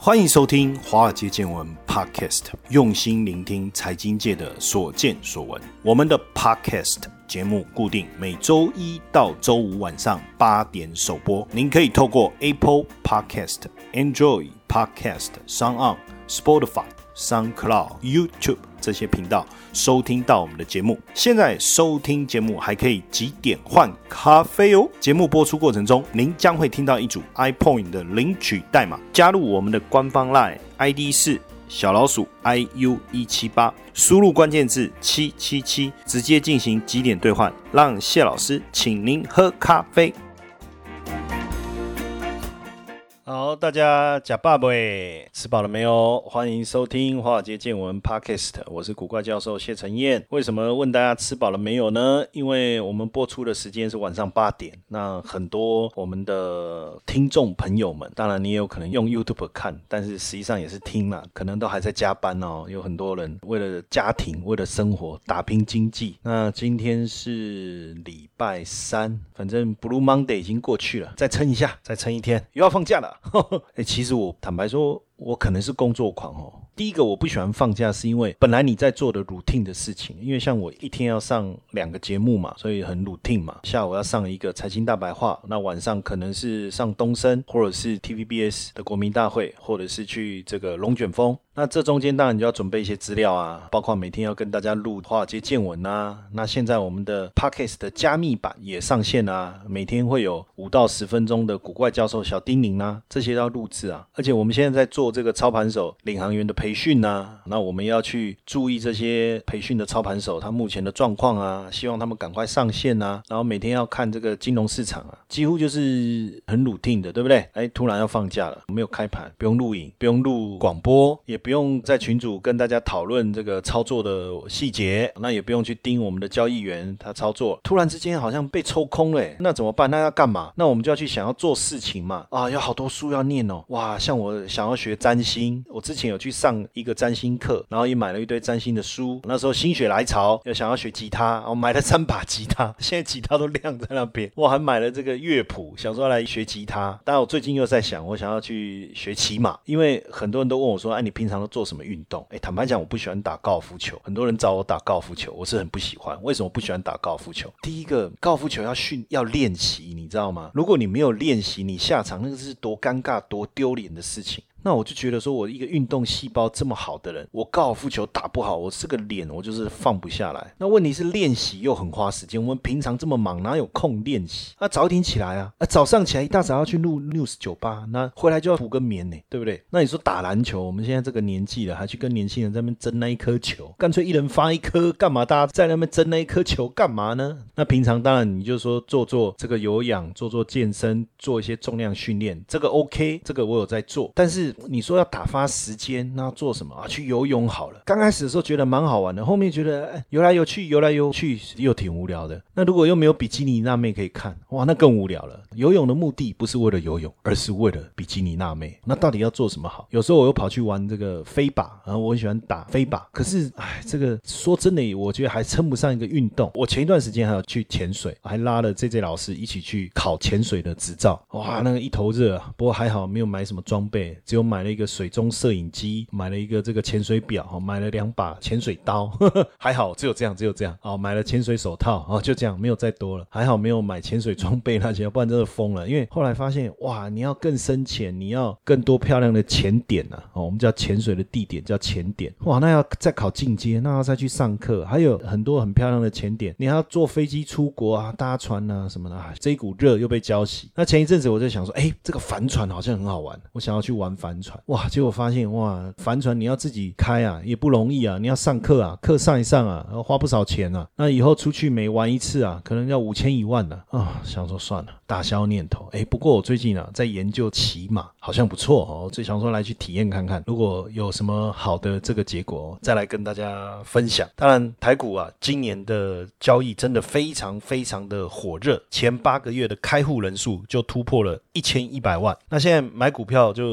欢迎收听华尔街见闻 Podcast， 用心聆听财经界的所见所闻。我们的 Podcast 节目固定每周一到周五晚上8点首播，您可以透过 Apple Podcast、Android Podcast、SoundOn、Spotify、SoundCloud、YouTube 这些频道收听到我们的节目。现在收听节目还可以集点换咖啡哦。节目播出过程中，您将会听到一组 iPoint 的领取代码，加入我们的官方 LINE ID 是IU178，输入关键字777，直接进行集点兑换，让谢老师请您喝咖啡。好，大家吃饱没？吃饱了没有？欢迎收听华尔街见闻 Podcast， 我是古怪教授谢承彦。为什么问大家吃饱了没有呢？因为我们播出的时间是晚上8点，那很多我们的听众朋友们，当然你也有可能用 YouTube 看，但是实际上也是听啦，可能都还在加班哦。有很多人为了家庭，为了生活打拼经济。那今天是礼拜三，反正 Blue Monday 已经过去了，再撑一下，再撑一天，又要放假了。其实我坦白说，我可能是工作狂哦。第一个我不喜欢放假，是因为本来你在做的 routine 的事情，因为像我一天要上2个节目嘛，所以很 routine 嘛。下午要上一个财经大白话，那晚上可能是上东森，或者是 TVBS 的国民大会，或者是去这个龙卷风。那这中间当然就要准备一些资料啊，包括每天要跟大家录华尔街见闻啊。那现在我们的 Podcast 的加密版也上线啊，每天会有5到10分钟的古怪教授小叮咛啊，这些都要录制啊。而且我们现在在做这个操盘手领航员的培训啊，那我们要去注意这些培训的操盘手他目前的状况啊，希望他们赶快上线啊。然后每天要看这个金融市场啊，几乎就是很 routine 的，对不对？突然要放假了，没有开盘，不用录影，不用录广播，也不用在群组跟大家讨论这个操作的细节，那也不用去盯我们的交易员他操作。突然之间好像被抽空了，那怎么办？那要干嘛？那我们就要去想要做事情嘛。有好多书要念哦。哇，像我想要学占星，我之前有去上一个占星课，然后也买了一堆占星的书。那时候心血来潮，又想要学吉他，我买了3把吉他，现在吉他都晾在那边。我还买了这个乐谱，想说来学吉他。当然我最近又在想，我想要去学骑马，因为很多人都问我说，你平常都做什么运动？坦白讲，我不喜欢打高尔夫球。很多人找我打高尔夫球，我是很不喜欢。为什么不喜欢打高尔夫球？第一个，高尔夫球要练习，你知道吗？如果你没有练习，你下场那个是多尴尬、多丢脸的事情。那我就觉得说，我一个运动细胞这么好的人，我高尔夫球打不好，我这个脸我就是放不下来。那问题是练习又很花时间，我们平常这么忙，哪有空练习？早一点起来啊！早上起来一大早要去录 news 酒吧，那回来就要补个眠呢，对不对？那你说打篮球，我们现在这个年纪了，还去跟年轻人在那边争那一颗球，干脆一人发一颗，干嘛大家在那边争那一颗球干嘛呢？那平常当然你就说做这个有氧，做健身，做一些重量训练，这个 OK， 这个我有在做，但是你说要打发时间，那要做什么去游泳好了。刚开始的时候觉得蛮好玩的，后面觉得游来游去又挺无聊的。那如果又没有比基尼娜妹可以看，哇，那更无聊了。游泳的目的不是为了游泳，而是为了比基尼娜妹。那到底要做什么好？有时候我又跑去玩这个飞靶，然后我很喜欢打飞靶，可是这个说真的，我觉得还称不上一个运动。我前一段时间还有去潜水，还拉了 JJ 老师一起去考潜水的执照。哇，那个一头热啊！不过还好没有买什么装备，只有买了一个水中摄影机，买了一个这个潜水表，买了2把潜水刀，还好只有这样买了潜水手套，就这样，没有再多了。还好没有买潜水装备那些，不然真的疯了。因为后来发现，哇，你要更深潜，你要更多漂亮的潜点我们叫潜水的地点叫潜点。哇，那要再考进阶，那要再去上课，还有很多很漂亮的潜点，你还要坐飞机出国啊，搭船啊什么的这一股热又被浇熄。那前一阵子我就想说，这个帆船好像很好玩，我想要去玩帆船。哇，结果发现哇，帆船你要自己开也不容易啊，你要上课课上一上要花不少钱那以后出去每玩一次可能要5000、10000想说算了，打消念头。不过我最近在研究骑马，好像不错我最想说来去体验看看，如果有什么好的这个结果再来跟大家分享。当然台股今年的交易真的非常非常的火热，前8个月的开户人数就突破了1100万。那现在买股票就全民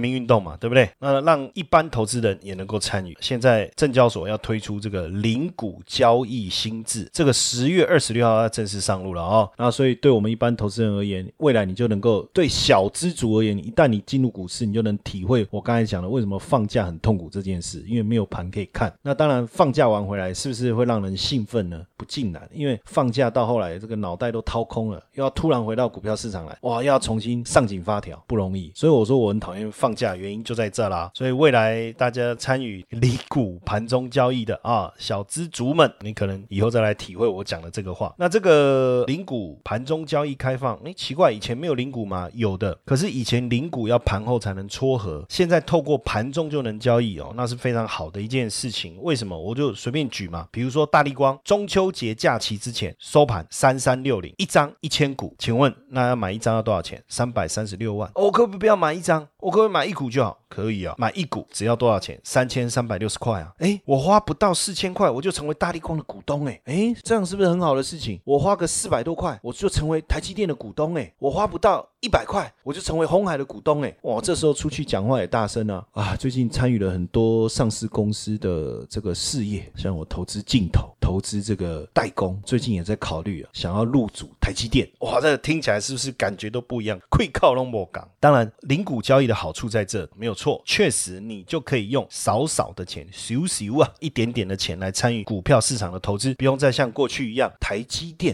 命运动嘛，对不对？那让一般投资人也能够参与。现在证交所要推出这个零股交易新制，这个10月26号要正式上路了那所以对我们一般投资人而言，未来你就能够对小资族而言，一旦你进入股市，你就能体会我刚才讲的为什么放假很痛苦这件事，因为没有盘可以看。那当然放假完回来是不是会让人兴奋呢？不尽然，因为放假到后来这个脑袋都掏空了，又要突然回到股票市场来，哇，又要重新上紧发条，不容易。所以我说我很讨厌放假，原因就在这啦。所以未来大家参与零股盘中交易的小资族们，你可能以后再来体会我讲的这个话。那这个零股盘中交易开放，奇怪，以前没有零股吗？有的，可是以前零股要盘后才能撮合，现在透过盘中就能交易那是非常好的一件事情。为什么？我就随便举嘛，比如说大立光中秋节假期之前收盘3360，一张1000股，请问那要买一张要多少钱？336万。我可不要买一张？我可不可以买一股就好？可以买一股只要多少钱？3360块我花不到4000块我就成为大立光的股东这样是不是很好的事情？我花个400多块我就成为台积电的股东我花不到100块我就成为鸿海的股东哇，这时候出去讲话也大声最近参与了很多上市公司的这个事业，像我投资镜头，投资这个代工，最近也在考虑想要入主台积电。哇，这个听起来是不是感觉都不一样？快靠拢没讲。当然零股交易的好处在这没有错，确实你就可以用少少的钱一点点的钱来参与股票市场的投资，不用再像过去一样台积电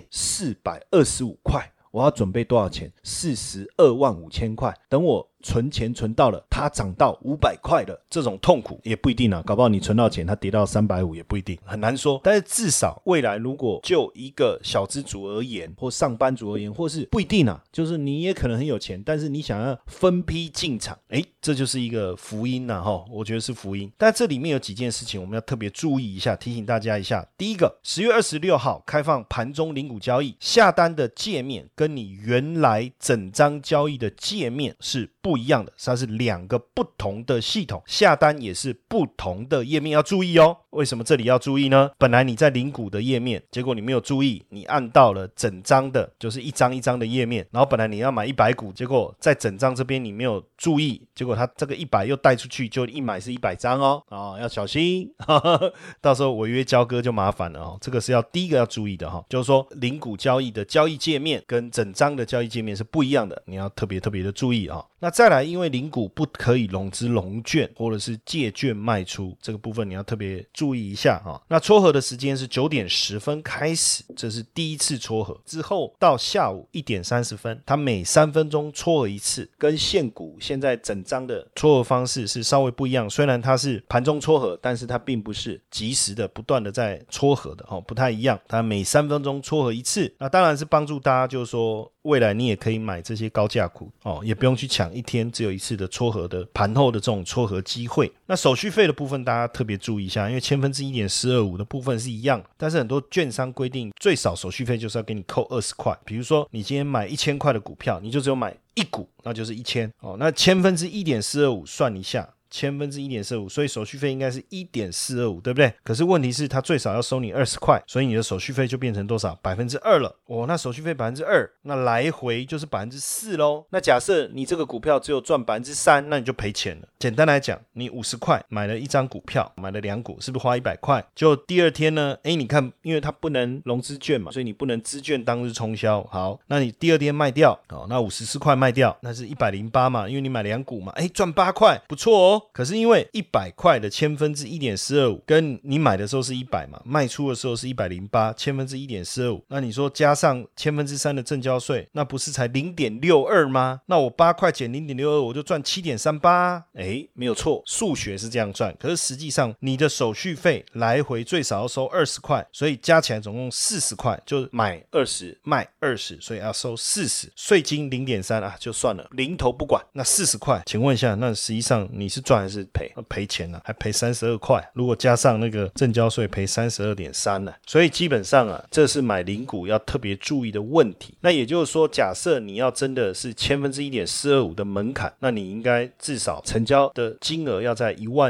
425块我要准备多少钱？42万5千块，等我存钱存到了它涨到500块了，这种痛苦也不一定搞不好你存到钱它跌到350也不一定，很难说。但是至少未来如果就一个小资族而言，或上班族而言，或是不一定就是你也可能很有钱，但是你想要分批进场，这就是一个福音我觉得是福音。但这里面有几件事情我们要特别注意一下，提醒大家一下。第一个，10月26号开放盘中零股交易，下单的界面跟你原来整张交易的界面是不一样的，它是2个不同的系统，下单也是不同的页面，要注意为什么这里要注意呢？本来你在零股的页面，结果你没有注意，你按到了整张的，就是一张一张的页面，然后本来你要买100股，结果在整张这边你没有注意，结果它这个100又带出去，就一买是100张要小心到时候违约交割就麻烦了这个是第一个要注意的就是说零股交易的交易界面跟整张的交易界面是不一样的，你要特别的注意那再来，因为零股不可以融资融券或者是借券卖出，这个部分你要特别注意一下那撮合的时间是9点10分开始，这是第一次撮合，之后到下午1点30分，它每3分钟撮合一次，跟现股现在整张的撮合方式是稍微不一样。虽然它是盘中撮合，但是它并不是及时的不断的在撮合的不太一样，它每3分钟撮合一次。那当然是帮助大家，就是说未来你也可以买这些高价股也不用去抢一天只有一次的撮合的盘后的这种撮合机会。那手续费的部分大家特别注意一下，因为1/1000%1.425的部分是一样，但是很多券商规定最少手续费就是要给你扣20块。比如说你今天买1000块的股票，你就只有买一股，那就是1000那1/1000%1.425算一下1/1000%1.45，所以手续费应该是1.425，对不对？可是问题是它最少要收你20块，所以你的手续费就变成多少？2%了。那手续费2%，那来回就是4%咯。那假设你这个股票只有赚3%，那你就赔钱了。简单来讲，你50块买了一张股票，买了2股，是不是花100块？就第二天呢，你看，因为它不能融资券嘛，所以你不能资券当日冲销。好，那你第二天卖掉，那54块卖掉，那是108嘛，因为你买2股嘛，赚8块，不错可是因为100块的1/1000%1.425跟你买的时候是100嘛，卖出的时候是108 1/1000%1.425，那你说加上3%的证交税，那不是才 0.62 吗？那我8块减 0.62 我就赚 7.38 没有错，数学是这样赚，可是实际上你的手续费来回最少要收20块，所以加起来总共40块，就买20卖20，所以要收40，税金 0.3 就算了，零头不管。那40块请问一下，那实际上你是赚还是赔？赔钱了，还赔32块，如果加上那个证交税赔 32.3 了。所以基本上这是买零股要特别注意的问题。那也就是说，假设你要真的是1/1000.425的门槛，那你应该至少成交的金额要在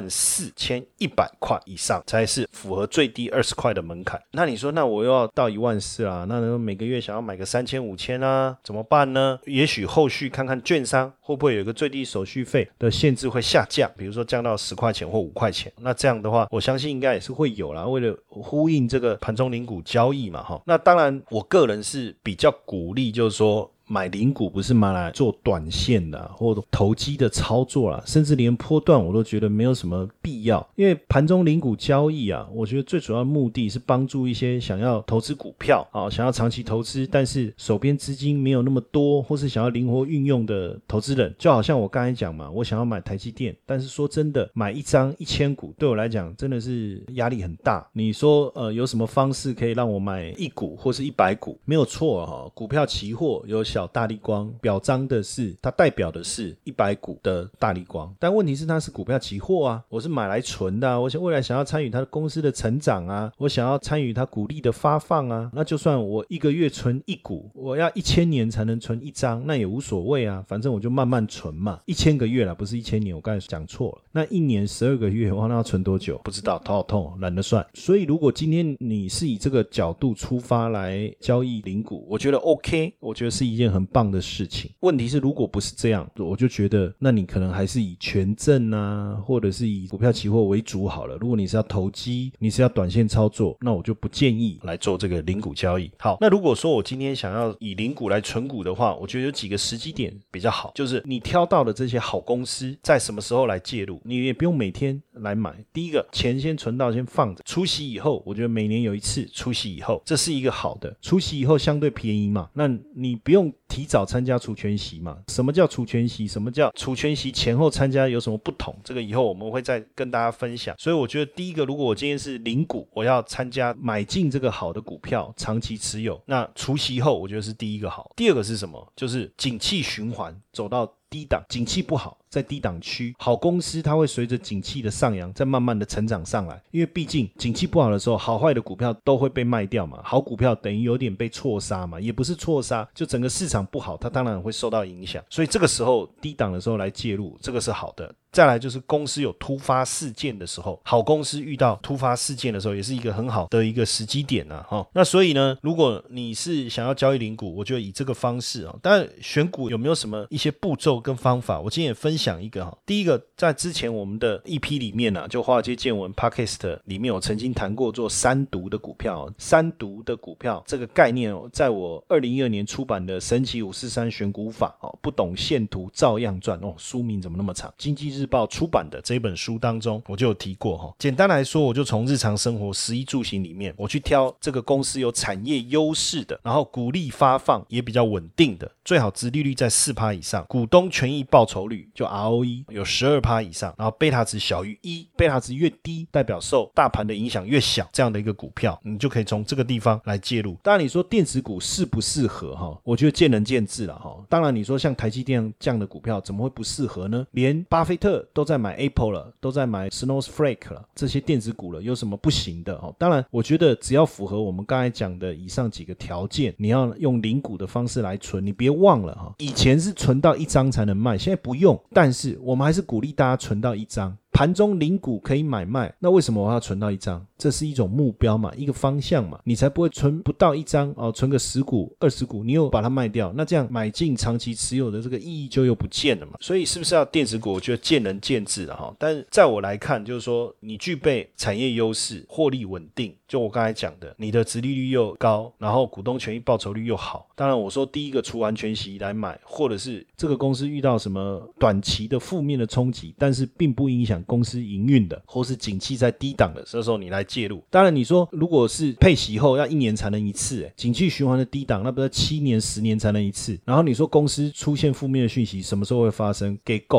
14100块以上，才是符合最低20块的门槛。那你说，那我又要到14000啦，那每个月想要买个3000-5000啊，怎么办呢？也许后续看看券商会不会有一个最低手续费的限制会下降，比如说降到10块钱或5块钱。那这样的话，我相信应该也是会有啦，为了呼应这个盘中零股交易嘛。那当然，我个人是比较鼓励，就是说买零股不是买来做短线的或者投机的操作啦，甚至连波段我都觉得没有什么必要。因为盘中零股交易我觉得最主要的目的是帮助一些想要投资股票想要长期投资，但是手边资金没有那么多，或是想要灵活运用的投资人。就好像我刚才讲嘛，我想要买台积电，但是说真的，买一张1000股对我来讲真的是压力很大。你说有什么方式可以让我买1股或是100股？没有错股票期货有小大立光表彰的是，它代表的是100股的大立光，但问题是它是股票期货我是买来存的我未来想要参与它的公司的成长我想要参与它股利的发放那就算我1个月存1股，我要1000年才能存1张，那也无所谓反正我就慢慢存嘛，1000个月啦，不是1000年，我刚才讲错了。那1年12个月那要存多久？不知道，头好痛懒得算。所以如果今天你是以这个角度出发来交易零股，我觉得 OK， 我觉得是一件很棒的事情。问题是如果不是这样，我就觉得那你可能还是以权证或者是以股票期货为主好了。如果你是要投机，你是要短线操作，那我就不建议来做这个零股交易。好，那如果说我今天想要以零股来存股的话，我觉得有几个时机点比较好，就是你挑到的这些好公司在什么时候来介入，你也不用每天来买。第一个，钱先存到先放着，除息以后，我觉得每年有一次除息以后，这是一个好的。除息以后相对便宜嘛，那你不用提早参加除权息嘛。什么叫除权息？什么叫除权息前后参加有什么不同？这个以后我们会再跟大家分享。所以我觉得第一个，如果我今天是零股，我要参加买进这个好的股票长期持有，那除息后我觉得是第一个好。第二个是什么？就是景气循环走到低档，景气不好在低档区，好公司它会随着景气的上扬再慢慢的成长上来。因为毕竟景气不好的时候，好坏的股票都会被卖掉嘛，好股票等于有点被错杀嘛，也不是错杀，就整个市场不好，它当然会受到影响。所以这个时候低档的时候来介入，这个是好的。再来就是公司有突发事件的时候，好公司遇到突发事件的时候，也是一个很好的一个时机点那所以呢，如果你是想要交易零股，我觉得以这个方式当然选股有没有什么一些步骤跟方法，我今天也分享一个第一个，在之前我们的 EP 里面就华尔街见闻 Podcast 里面我曾经谈过做三读的股票三读的股票这个概念在我2012年出版的神奇543选股法不懂线图照样赚书名怎么那么长，经济日报出版的这本书当中我就有提过简单来说，我就从日常生活食衣住行里面我去挑这个公司有产业优势的，然后股利发放也比较稳定的，最好殖利率在 4% 以上，股东权益报酬率就 ROE 有 12% 以上，然后贝塔值小于1，贝塔值越低代表受大盘的影响越小，这样的一个股票你就可以从这个地方来介入。当然你说电子股适不适合我觉得见仁见智啦当然你说像台积电这样的股票怎么会不适合呢？连巴菲特都在买 Apple 了，都在买 Snowflake 了，这些电子股了，有什么不行的当然我觉得只要符合我们刚才讲的以上几个条件，你要用零股的方式来存，你别忘了以前是存到1张才能卖，现在不用，但是我们还是鼓励大家存到1张。盘中零股可以买卖，那为什么我要存到1张？这是一种目标嘛，一个方向嘛，你才不会存不到1张存个10股20股你又把它卖掉，那这样买进长期持有的这个意义就又不见了嘛。所以是不是要电子股，我觉得见仁见智了但是在我来看，就是说你具备产业优势，获利稳定，就我刚才讲的，你的殖利率又高，然后股东权益报酬率又好。当然我说第一个除完权息来买，或者是这个公司遇到什么短期的负面的冲击，但是并不影响公司营运的，或是景气在低档的，这时候你来介入。当然你说如果是配息后要1年才能一次景气循环的低档，那不是7年10年才能一次。然后你说公司出现负面的讯息什么时候会发生？给讲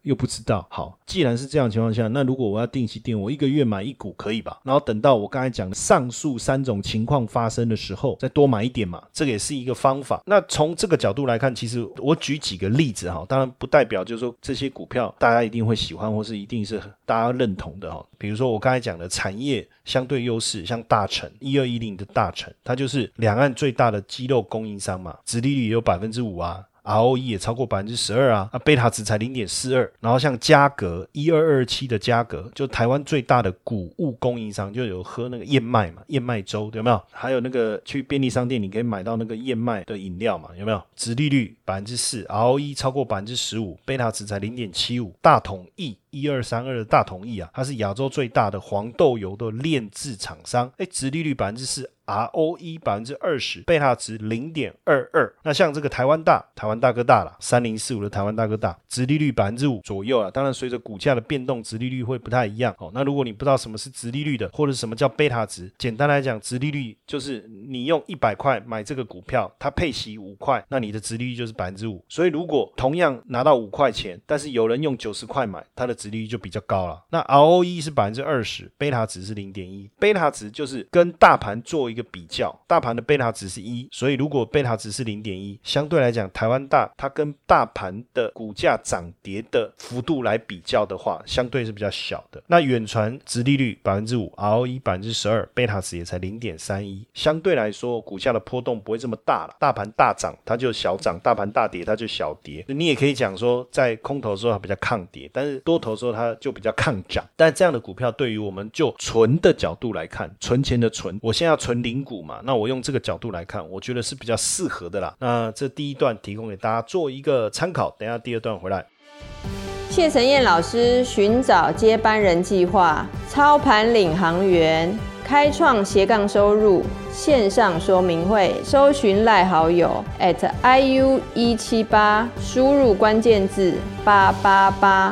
又不知道。好，既然是这样的情况下，那如果我要定期定额，我1个月买1股可以吧？然后等到我刚才讲的上述3种情况发生的时候再多买一点嘛，这个也是一个方法。那从这个角度来看，其实我举几个例子，当然不代表就是说这些股票大家一定会喜欢或是一定是大家认同的。比如说我刚才讲的产业相对优势，像大成1210的大成，它就是两岸最大的鸡肉供应商嘛，殖利率也有 5% 啊，ROE 也超过 12% 啊，贝塔值才 0.42， 然后像嘉格1227的嘉格，就台湾最大的谷物供应商，就有喝那个燕麦嘛，燕麦粥有没有？还有那个去便利商店你可以买到那个燕麦的饮料嘛，有没有？殖利率 4%， ROE 超过 15%， 贝塔值才 0.75。 大统益1232的大统益啊，它是亚洲最大的黄豆油的炼制厂商，殖利率 4%， ROE 20%， 贝塔值 0.22。 那像这个台湾大哥大啦，3045的台湾大哥大，殖利率 5% 左右啦，当然随着股价的变动殖利率会不太一样。那如果你不知道什么是殖利率的，或者什么叫贝塔值，简单来讲，殖利率就是你用100块买这个股票，它配息5块，那你的殖利率就是 5%。 所以如果同样拿到5块钱，但是有人用90块买，它的殖利率就比较高了。那 ROE 是 20%， 贝塔值是 0.1。 贝塔值就是跟大盘做一个比较，大盘的贝塔值是1，所以如果贝塔值是 0.1， 相对来讲台湾大它跟大盘的股价涨跌的幅度来比较的话，相对是比较小的。那远传殖利率 5%， ROE 12%， 贝塔值也才 0.31， 相对来说股价的波动不会这么大了。大盘大涨它就小涨，大盘大跌它就小跌。你也可以讲说在空头的时候它比较抗跌，但是多头的时候它就比较抗涨。但这样的股票对于我们就存的角度来看，存钱的存，我现在要存零股嘛，那我用这个角度来看，我觉得是比较适合的啦。那这第一段提供给大家做一个参考，等一下第二段回来。 谢承彦老师寻找接班人计划，操盘领航员，开创斜杠收入线上说明会，搜寻赖好友 @IU178，输入关键字888。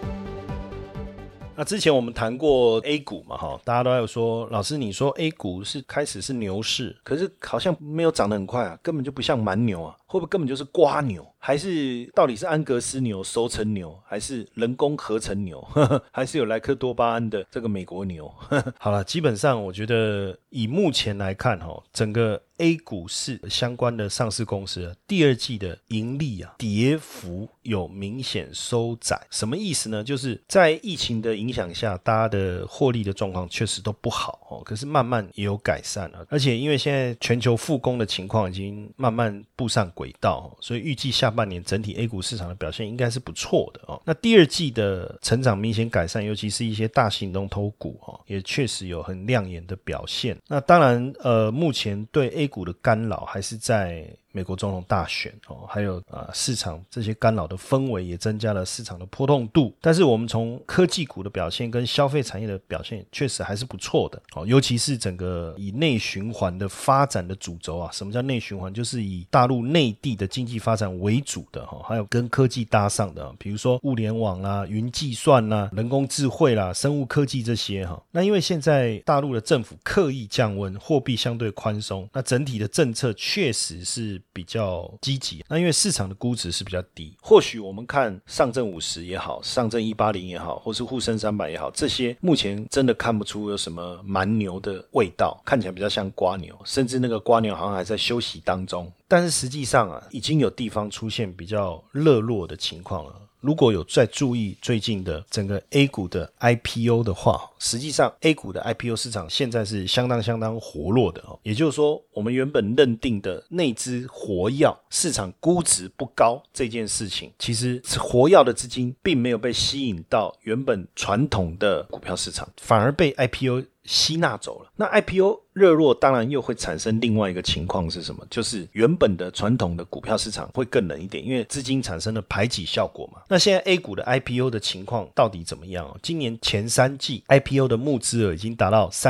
那之前我们谈过 A 股嘛，大家都在说，老师你说 A 股是开始是牛市，可是好像没有涨得很快啊，根本就不像蛮牛啊，会不会根本就是瓜牛？还是到底是安格斯牛、熟成牛，还是人工合成牛还是有莱克多巴胺的这个美国牛好了，基本上我觉得以目前来看整个 A 股市相关的上市公司第二季的盈利跌幅有明显收窄。什么意思呢？就是在疫情的影响下，大家的获利的状况确实都不好可是慢慢也有改善了。而且因为现在全球复工的情况已经慢慢步上轨道，所以预计下半年整体 A 股市场的表现应该是不错的那第二季的成长明显改善，尤其是一些大型龙头股也确实有很亮眼的表现。那当然目前对 A 股的干扰还是在美国总统大选还有市场这些干扰的氛围也增加了市场的波动度。但是我们从科技股的表现跟消费产业的表现确实还是不错的尤其是整个以内循环的发展的主轴什么叫内循环？就是以大陆内地的经济发展为主的还有跟科技搭上的比如说物联网啦、云计算啦、人工智慧啦、生物科技这些那因为现在大陆的政府刻意降温，货币相对宽松，那整体的政策确实是比较积极。那因为市场的估值是比较低，或许我们看上证50也好，上证180也好，或是沪深300也好，这些目前真的看不出有什么蛮牛的味道，看起来比较像瓜牛，甚至那个瓜牛好像还在休息当中。但是实际上已经有地方出现比较热络的情况了。如果有在注意最近的整个 A 股的 IPO 的话，实际上 A 股的 IPO 市场现在是相当活络的也就是说我们原本认定的内资活跃市场估值不高这件事情，其实活跃的资金并没有被吸引到原本传统的股票市场，反而被 IPO吸纳走了。那 IPO 热络当然又会产生另外一个情况是什么？就是原本的传统的股票市场会更冷一点，因为资金产生了排挤效果嘛。那现在 A 股的 IPO 的情况到底怎么样今年前3季 IPO 的募资额已经达到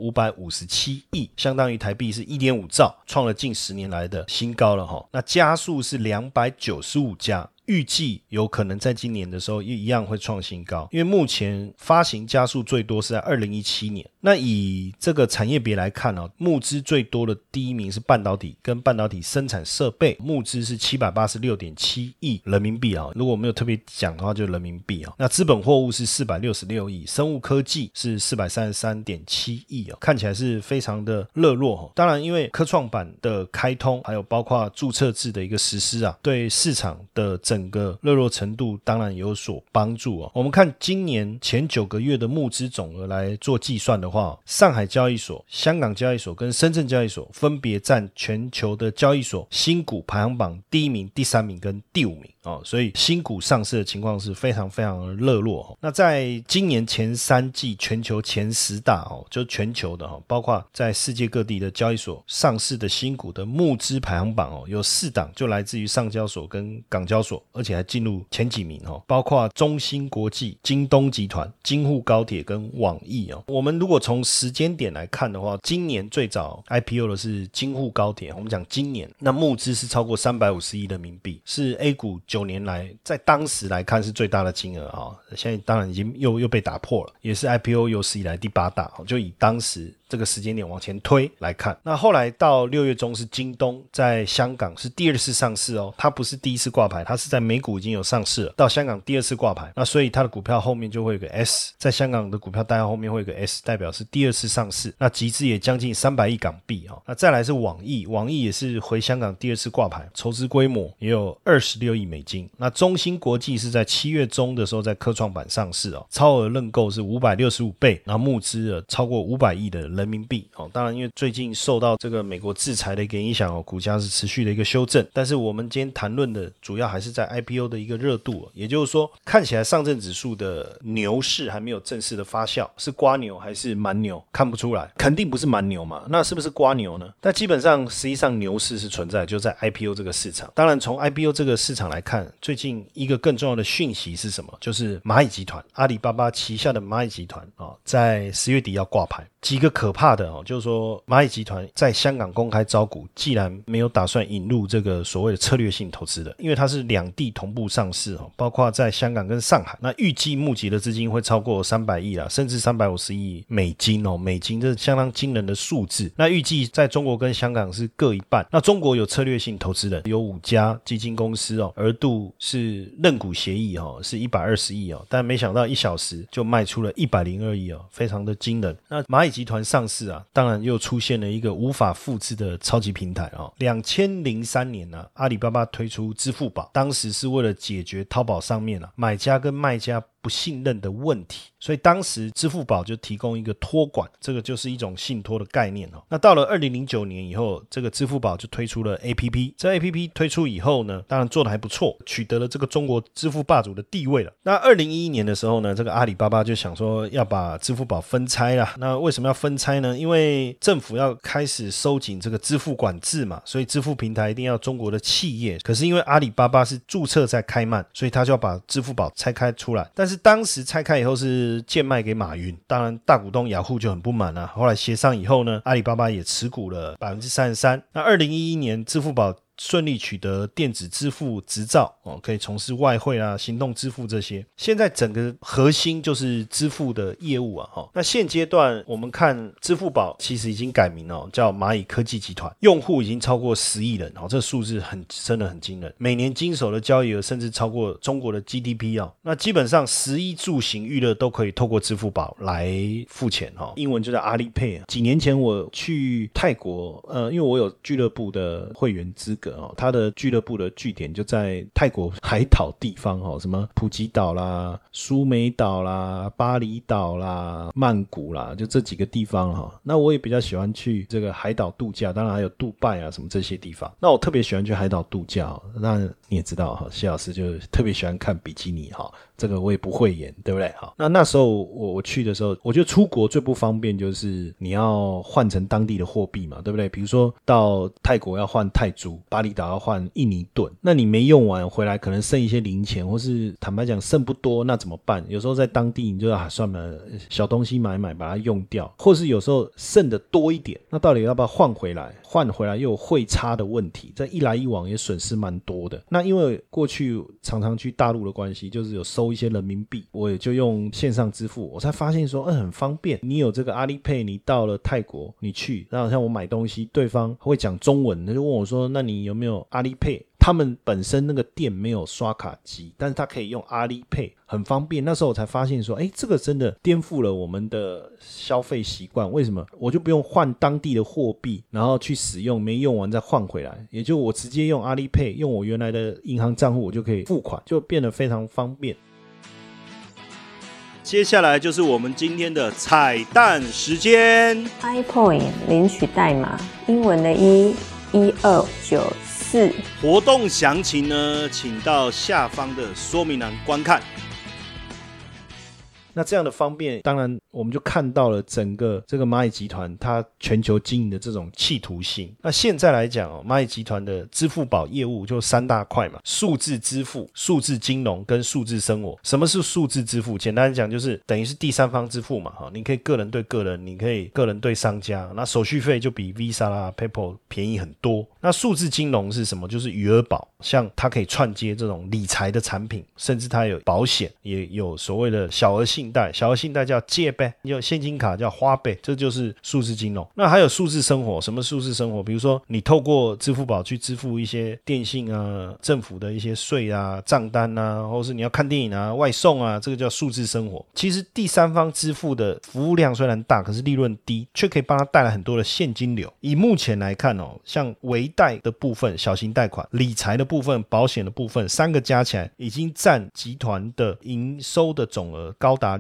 3557亿，相当于台币是 1.5兆，创了近10年来的新高了那家数是295家， 预计有可能在今年的时候一样会创新高，因为目前发行家数最多是在2017年。那以这个产业别来看募资最多的第一名是半导体跟半导体生产设备，募资是 786.7 亿人民币如果我没有特别讲的话就是人民币那资本货物是466亿，生物科技是433.7亿看起来是非常的热络当然因为科创板的开通还有包括注册制的一个实施对市场的整个热络程度当然有所帮助我们看今年前9个月的募资总额来做计算的话，上海交易所、香港交易所跟深圳交易所分别占全球的交易所新股排行榜第1名、第3名跟第5名所以新股上市的情况是非常非常的热络那在今年前3季全球前10大就全球的包括在世界各地的交易所上市的新股的募资排行榜有4档就来自于上交所跟港交所，而且还进入前几名包括中芯国际、京东集团、京沪高铁跟网易我们如果从时间点来看的话，今年最早 IPO 的是京沪高铁，我们讲今年那募资是超过350亿人民币，是 A 股9年来在当时来看是最大的金额现在当然已经又被打破了，也是 IPO 有史以来第8大就以当时这个时间点往前推来看。那后来到6月中是京东在香港是第2次上市它不是第1次挂牌，它是在美股已经有上市了，到香港第2次挂牌，那所以它的股票后面就会有个 S， 在香港的股票代号后面会有个 S， 代表是第2次上市，那集资也将近300亿港币那再来是网易，网易也是回香港第2次挂牌，筹资规模也有26亿美金。那中芯国际是在7月中的时候在科创板上市超额认购是565倍，然后募资了超过500亿的人民币当然因为最近受到这个美国制裁的一个影响股价是持续的一个修正，但是我们今天谈论的主要还是在 IPO 的一个热度也就是说看起来上证指数的牛市还没有正式的发酵，是蝸牛还是蛮牛看不出来，肯定不是蛮牛嘛，那是不是蝸牛呢？但基本上实际上牛市是存在，就在 IPO 这个市场。当然从 IPO 这个市场来看，最近一个更重要的讯息是什么？就是蚂蚁集团，阿里巴巴旗下的蚂蚁集团在10月底要挂牌。几个可怕的就是说蚂蚁集团在香港公开招股，既然没有打算引入这个所谓的策略性投资的，因为它是2地同步上市包括在香港跟上海，那预计募集的资金会超过300亿甚至350亿美金美金，这是相当惊人的数字。那预计在中国跟香港是各一半，那中国有策略性投资人，有5家基金公司额度是认股协议是120亿但没想到1小时就卖出了102亿非常的惊人。那蚂蚁集团上市当然又出现了一个无法复制的超级平台2003年阿里巴巴推出支付宝，当时是为了解决淘宝上面买家跟卖家不信任的问题，所以当时支付宝就提供一个托管，这个就是一种信托的概念那到了2009年以后，这个支付宝就推出了 APP， 这 APP 推出以后呢，当然做得还不错，取得了这个中国支付霸主的地位了。那2011年的时候呢，这个阿里巴巴就想说要把支付宝分拆啦。那为什么要分拆呢？因为政府要开始收紧这个支付管制嘛，所以支付平台一定要中国的企业，可是因为阿里巴巴是注册在开曼，所以他就要把支付宝拆开出来，但是当时拆开以后是贱卖给马云，当然大股东雅虎就很不满后来协商以后呢，阿里巴巴也持股了 33%。 那2011年支付宝顺利取得电子支付执照可以从事外汇行动支付这些。现在整个核心就是支付的业务那现阶段我们看支付宝其实已经改名叫蚂蚁科技集团，用户已经超过10亿人这数字真的很惊人，每年经手的交易额甚至超过中国的 GDP 那基本上食衣住行娱乐都可以透过支付宝来付钱英文就叫 Alipay。 几年前我去泰国因为我有俱乐部的会员资格他的俱乐部的据点就在泰国海岛地方什么普吉岛啦、苏梅岛啦、巴厘岛啦、曼谷啦，就这几个地方那我也比较喜欢去这个海岛度假，当然还有杜拜什么这些地方。那我特别喜欢去海岛度假那你也知道谢老师就特别喜欢看比基尼这个我也不会演，对不对？那时候我去的时候，我觉得出国最不方便就是你要换成当地的货币嘛，对不对？比如说到泰国要换泰铢，把巴厘岛要换印尼盾，那你没用完回来可能剩一些零钱，或是坦白讲剩不多，那怎么办？有时候在当地你就算了，小东西买把它用掉，或是有时候剩的多一点，那到底要不要换回来？换回来又有汇差的问题，这一来一往也损失蛮多的。那因为过去常常去大陆的关系，就是有收一些人民币，我也就用线上支付，我才发现说很方便。你有这个阿里 Pay， 你到了泰国你去，然后像我买东西，对方会讲中文，他就问我说那你有没有阿里 Pay？他们本身那个店没有刷卡机，但是他可以用阿里 Pay， 很方便。那时候我才发现说这个真的颠覆了我们的消费习惯。为什么？我就不用换当地的货币然后去使用，没用完再换回来，也就我直接用阿里 Pay， 用我原来的银行账户我就可以付款，就变得非常方便。接下来就是我们今天的彩蛋时间。 iPoint 领取代码英文的11294， 活动详情呢，请到下方的说明栏观看。那这样的方便，当然我们就看到了整个这个蚂蚁集团它全球经营的这种企图心。那现在来讲蚂蚁集团的支付宝业务就三大块嘛，数字支付、数字金融跟数字生活。什么是数字支付？简单讲就是等于是第三方支付嘛，你可以个人对个人，你可以个人对商家，那手续费就比 Visa 啦 PayPal 便宜很多。那数字金融是什么？就是余额宝，像它可以串接这种理财的产品，甚至它有保险，也有所谓的小额信贷，小额信贷叫借呗，有现金卡叫花呗，这就是数字金融。那还有数字生活，什么数字生活？比如说你透过支付宝去支付一些电信啊、政府的一些税啊、账单啊，或是你要看电影啊、外送啊，这个叫数字生活。其实第三方支付的服务量虽然大，可是利润低，却可以帮它带来很多的现金流。以目前来看像微贷的部分、小型贷款、理财的部分、保险的部分，三个加起来已经占集团的营收的总额高达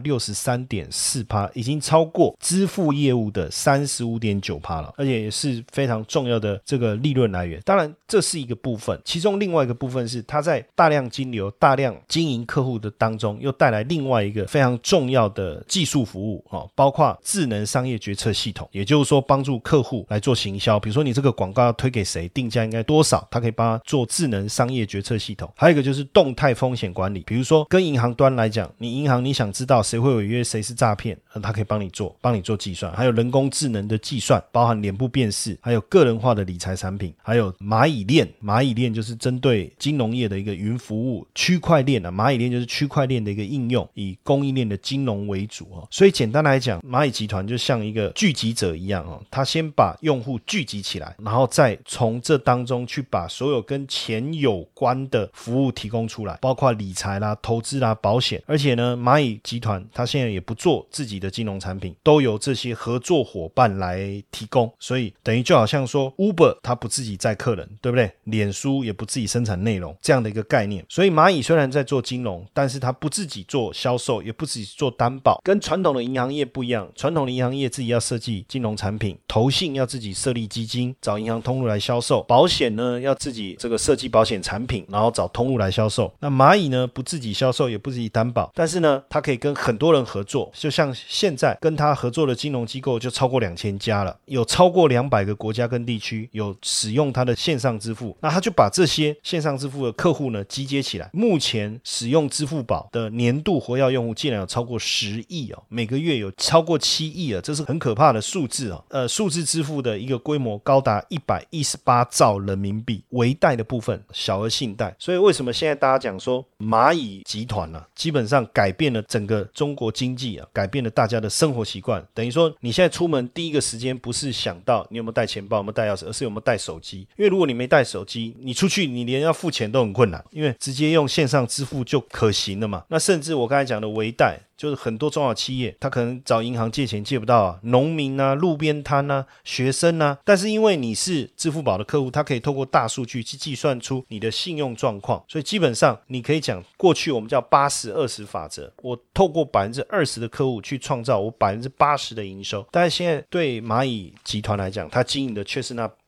63.4%， 已经超过支付业务的 35.9% 了，而且也是非常重要的这个利润来源。当然这是一个部分，其中另外一个部分是它在大量金流、大量经营客户的当中，又带来另外一个非常重要的技术服务，包括智能商业决策系统，也就是说帮助客户来做行销。比如说你这个广告要推给谁，定价应该多少，它可以帮他做智能商业决策系统。还有一个就是动态风险管理，比如说跟银行端来讲，你银行你想知道谁会违约，谁是诈骗，它可以帮你做计算。还有人工智能的计算，包含脸部辨识，还有个人化的理财产品，还有蚂蚁链就是针对金融业的一个云服务。区块链蚂蚁链就是区块链的一个应用，以供应链的金融为主。所以简单来讲，蚂蚁集团就像一个聚集者一样，它先把用户聚集起来，然后再从这当中去把所有跟钱有关的服务提供出来，包括理财啦、投资啦、保险。而且呢，蚂蚁集团它现在也不做自己的金融产品，都由这些合作伙伴来提供。所以等于就好像说 Uber 它不自己载客人，对不对？脸书也不自己生产内容，这样的一个概念。所以蚂蚁虽然在做金融，但是它不自己做销售，也不自己做担保，跟传统的银行业不一样。传统的银行业自己要设计金融产品，投信要自己设立基金，找银行通路来销售，保险呢要自己这个设计保险产品，然后找通路来销售。那蚂蚁呢不自己销售，也不自己担保，但是呢它可以跟很多人合作，就像现在跟它合作的金融机构就超过2000家了，有超过200个国家跟地区有使用它的线上支付。那它就把这些线上支付的客户呢集结起来，目前使用支付宝的年度活跃用户竟然有超过10亿每个月有超过7亿这是很可怕的数字数字支付的一个规模高达118兆人民币，微贷的部分小额信贷。所以为什么现在大家讲说蚂蚁集团基本上改变了整个中国经济改变了大家的生活习惯。等于说你现在出门第一个时间不是想到你有没有带钱包，有没有带钥匙，而是有没有带手机。因为如果你没带手机，你出去你连要付钱都很困难，因为直接用线上支付就可行了嘛。那甚至我刚才讲的微贷，就是很多中小企业他可能找银行借钱借不到农民路边摊学生但是因为你是支付宝的客户，他可以透过大数据去计算出你的信用状况。所以基本上你可以讲，过去我们叫80-20法则，我透过 20% 的客户去创造我 80% 的营收。但是现在对蚂蚁集团来讲，它经营的却是那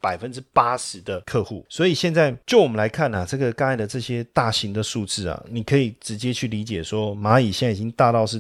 80% 的客户。所以现在就我们来看这个刚才的这些大型的数字你可以直接去理解说，蚂蚁现在已经大到是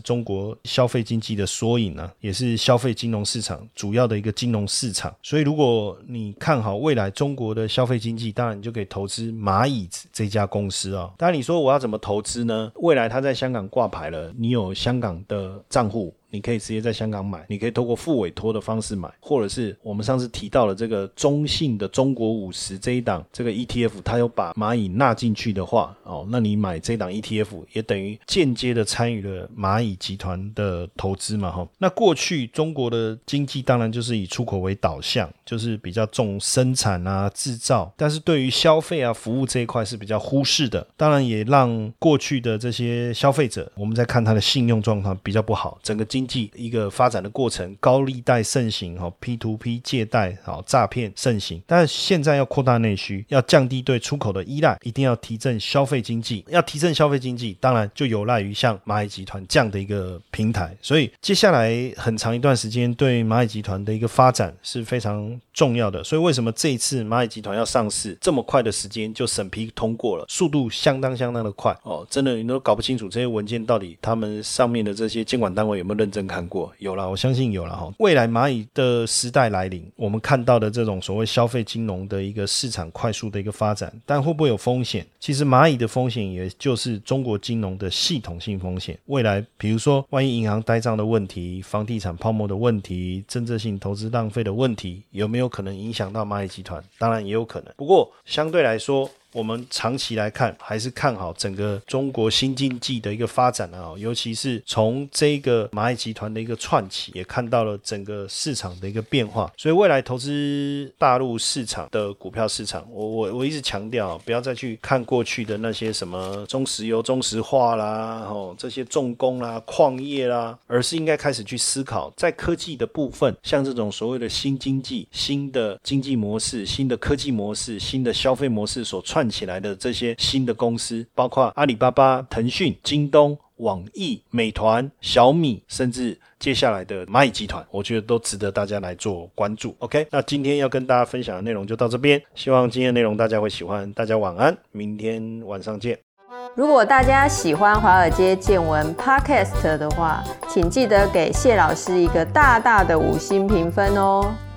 中国消费经济的缩影啊，也是消费金融市场主要的一个金融市场。所以如果你看好未来中国的消费经济，当然你就可以投资蚂蚁这家公司啊。当然你说我要怎么投资呢？未来它在香港挂牌了，你有香港的账户，你可以直接在香港买，你可以透过付委托的方式买，或者是我们上次提到的这个中信的中国50这一档这个 ETF， 它有把蚂蚁纳进去的话，那你买这一档 ETF 也等于间接的参与了蚂蚁集团的投资嘛。那过去中国的经济当然就是以出口为导向，就是比较重生产啊制造，但是对于消费啊服务这一块是比较忽视的，当然也让过去的这些消费者，我们在看他的信用状况比较不好，整个经济一个发展的过程，高利贷盛行， P2P 借贷诈骗盛行，但是现在要扩大内需，要降低对出口的依赖，一定要提振消费经济，要提振消费经济当然就有赖于像蚂蚁集团这样的一个平台，所以接下来很长一段时间对蚂蚁集团的一个发展是非常重要的。所以为什么这一次蚂蚁集团要上市这么快的时间就审批通过了，速度相当的快真的你都搞不清楚这些文件到底他们上面的这些监管单位有没有认真看过。有啦，我相信有啦。未来蚂蚁的时代来临，我们看到的这种所谓消费金融的一个市场快速的一个发展，但会不会有风险？其实蚂蚁的风险也就是中国金融的系统性风险。未来比如说万一银行呆账的问题，房地产泡沫的问题，政策性投资浪费的问题，有没有可能影响到蚂蚁集团？当然也有可能，不过相对来说我们长期来看还是看好整个中国新经济的一个发展尤其是从这个蚂蚁集团的一个串起，也看到了整个市场的一个变化。所以未来投资大陆市场的股票市场，我一直强调不要再去看过去的那些什么中石油、中石化啦这些重工啦、矿业啦，而是应该开始去思考在科技的部分，像这种所谓的新经济、新的经济模式、新的科技模式、新的消费模式所串起来的这些新的公司，包括阿里巴巴、腾讯、京东、网易、美团、小米，甚至接下来的蚂蚁集团，我觉得都值得大家来做关注。 OK， 那今天要跟大家分享的内容就到这边，希望今天的内容大家会喜欢，大家晚安，明天晚上见。 如果大家喜欢华尔街见闻 Podcast 的话，请记得给谢老师一个大大的5星评分哦。